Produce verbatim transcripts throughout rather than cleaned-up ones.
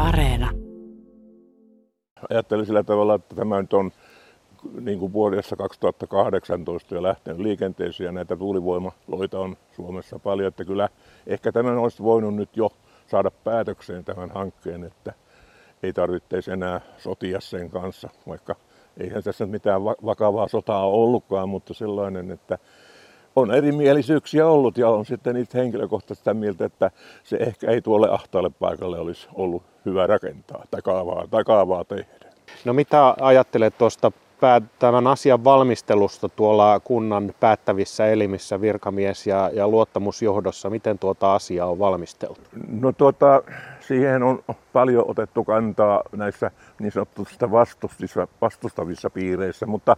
Areena. Ajattelin sillä tavalla, että tämä nyt on niin kuin vuodessa kaksituhattakahdeksantoista jo lähtenyt liikenteeseen ja näitä tuulivoimaloita on Suomessa paljon, että kyllä ehkä tämän olisi voinut nyt jo saada päätökseen tämän hankkeen, että ei tarvitse enää sotia sen kanssa, vaikka eihän tässä mitään vakavaa sotaa ollutkaan, mutta sellainen, että on erimielisyyksiä ollut ja on sitten itse henkilökohtaisesti sitä mieltä, että se ehkä ei tuolle ahtaalle paikalle olisi ollut hyvä rakentaa tai kaavaa, tai kaavaa tehdä. No mitä ajattelet tuosta tämän asian valmistelusta tuolla kunnan päättävissä elimissä, virkamies- ja, ja luottamusjohdossa? Miten tuota asiaa on valmisteltu? No tuota, siihen on paljon otettu kantaa näissä niin sanotusta vastustavissa, vastustavissa piireissä, mutta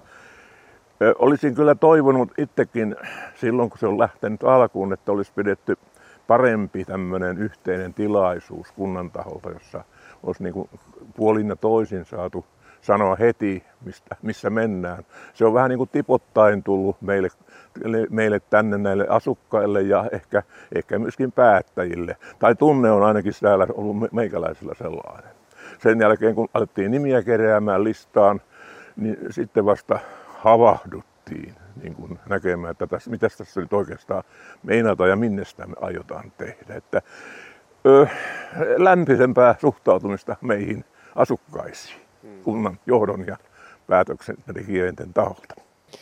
ö, olisin kyllä toivonut itsekin silloin, kun se on lähtenyt alkuun, että olisi pidetty parempi tämmöinen yhteinen tilaisuus kunnan taholta, jossa olisi niin kuin puolin ja toisin saatu sanoa heti, mistä, missä mennään. Se on vähän niin kuin tipottain tullut meille, meille tänne näille asukkaille ja ehkä, ehkä myöskin päättäjille. Tai tunne on ainakin täällä ollut meikäläisillä sellainen. Sen jälkeen kun alettiin nimiä keräämään listaan, niin sitten vasta havahduttiin niin kuin näkemään, että tässä, mitä tässä nyt oikeastaan meinataan ja minne sitä me aiotaan tehdä. Että, ö, lämpisempää suhtautumista meihin asukkaisiin kunnan johdon ja päätöksentekijöiden taholta.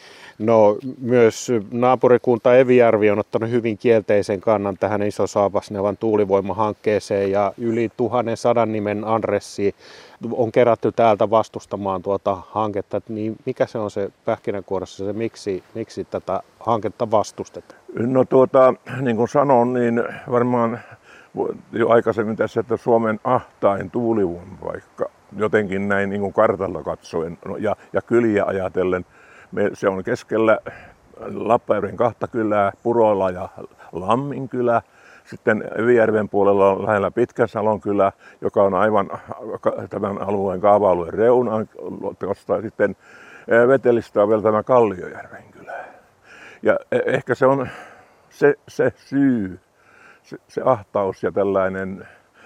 No myös naapurikunta Evijärvi on ottanut hyvin kielteisen kannan tähän Iso-Saapasnevan tuulivoimahankkeeseen ja yli tuhannen sadan nimen adressi on kerätty täältä vastustamaan tuota hanketta. Niin mikä se on se pähkinänkuoressa, se miksi, miksi tätä hanketta vastustetaan? No tuota, niin kuin sanon, niin varmaan jo aikaisemmin tässä, että Suomen ahtain tuulivoimapaikka jotenkin näin niin kuin kartalla katsoen ja, ja kyliä ajatellen. Me, se on keskellä Lappajärven kahta kylää, Purola ja Lammin kylä. Sitten Evijärven puolella on lähellä Pitkäsalon kylä, joka on aivan tämän alueen kaava-alueen reunaan. Sitten Vetelistä on vielä tämä Kalliojärven kylä. Ja ehkä se on se, se syy, se, se ahtaus ja tällainen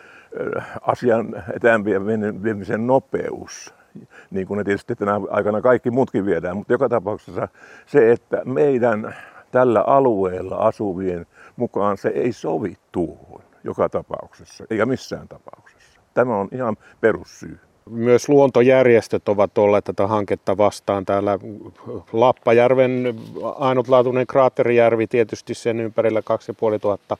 asian eteenpäinviemisen nopeus, niin kuin ne tietysti tänä aikana kaikki muutkin viedään, mutta joka tapauksessa se, että meidän tällä alueella asuvien mukaan se ei sovi tuohon joka tapauksessa, eikä missään tapauksessa. Tämä on ihan perussyy. Myös luontojärjestöt ovat olleet tätä hanketta vastaan. Täällä Lappajärven ainutlaatuinen kraatterijärvi, tietysti sen ympärillä kaksituhattaviisisataa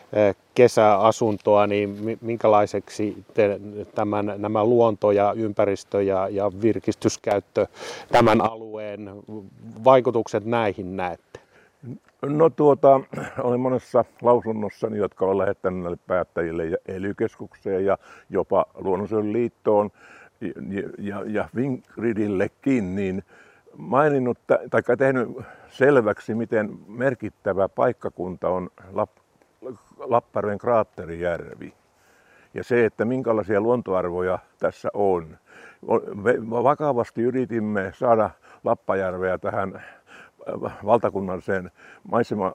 kesäasuntoa, niin minkälaiseksi te tämän, nämä luonto ja ympäristö ja, ja virkistyskäyttö, tämän alueen vaikutukset näihin näette? No tuota, olen monessa lausunnossani, jotka olen lähettänyt näille päättäjille ja E L Y-keskukseen ja jopa Luonnonsuojeluliittoon ja, ja, ja Fingridillekin, niin maininnut tai tehnyt selväksi, miten merkittävä paikkakunta on Lappajärvi. Lappajärven kraatterijärvi ja se, että minkälaisia luontoarvoja tässä on. Me vakavasti yritimme saada Lappajärveä tähän valtakunnalliseen maisema,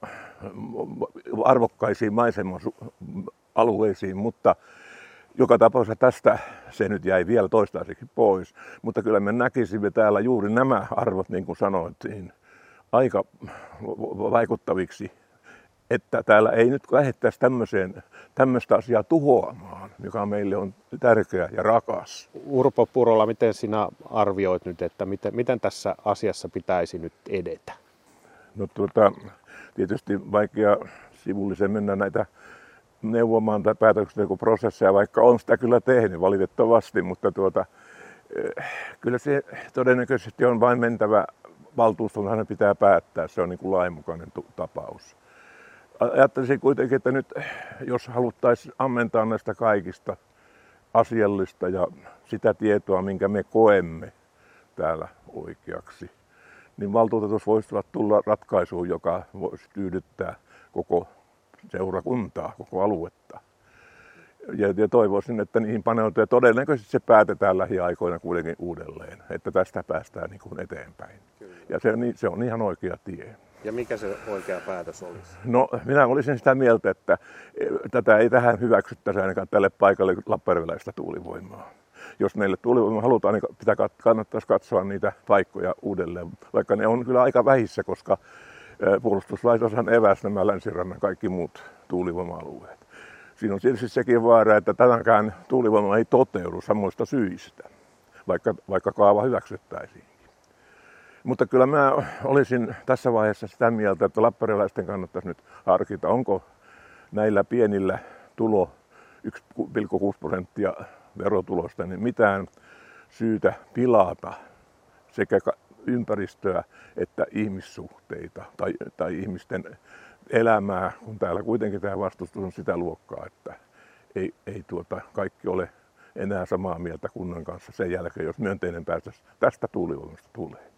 arvokkaisiin maisema-alueisiin, mutta joka tapauksessa tästä se nyt jäi vielä toistaiseksi pois. Mutta kyllä me näkisimme täällä juuri nämä arvot, niin kuin sanoittiin, aika vaikuttaviksi, että täällä ei nyt lähdettäisi tämmöiseen, tämmöistä asiaa tuhoamaan, joka meille on tärkeä ja rakas. Urpo Purola, miten sinä arvioit nyt, että miten, miten tässä asiassa pitäisi nyt edetä? No tuota, tietysti vaikea sivullisen mennä näitä neuvomaan tai päätöksentekoprosesseja, vaikka on sitä kyllä tehnyt valitettavasti, mutta tuota, kyllä se todennäköisesti on vain mentävä valtuuston, hänen pitää päättää, se on niin kuin lainmukainen tapaus. Ajattelisin kuitenkin, että nyt jos haluttaisiin ammentaa näistä kaikista asiallista ja sitä tietoa, minkä me koemme täällä oikeaksi, niin valtuutetut voisivat tulla ratkaisuun, joka voisi tyydyttää koko seurakuntaa, koko aluetta. Ja, ja toivoisin, että niihin paneutuu ja todennäköisesti se päätetään lähiaikoina kuitenkin uudelleen, että tästä päästään niin kuin eteenpäin. Kyllä. Ja se, se on ihan oikea tie. Ja mikä se oikea päätös olisi? No, minä olisin sitä mieltä, että tätä ei tähän hyväksyttäisi ainakaan tälle paikalle lappeenrannalaista tuulivoimaa. Jos meille tuulivoima halutaan, niin pitää kannattaisi katsoa niitä paikkoja uudelleen, vaikka ne on kyllä aika vähissä, koska puolustuslaitoshan eväsi nämä länsirannan kaikki muut tuulivoima-alueet. Siinä on tietysti sekin vaara, että tätäkään tuulivoima ei toteudu samoista syistä, vaikka, vaikka kaava hyväksyttäisiin. Mutta kyllä mä olisin tässä vaiheessa sitä mieltä, että lappeenrannalaisten kannattaisi nyt harkita, onko näillä pienillä tulo yksi pilkku kuusi prosenttia verotulosta, niin mitään syytä pilata sekä ympäristöä että ihmissuhteita tai, tai ihmisten elämää, kun täällä kuitenkin tämä vastustus on sitä luokkaa, että ei, ei tuota, kaikki ole enää samaa mieltä kunnan kanssa sen jälkeen, jos myönteinen päätös tästä tuulivoimasta tulee.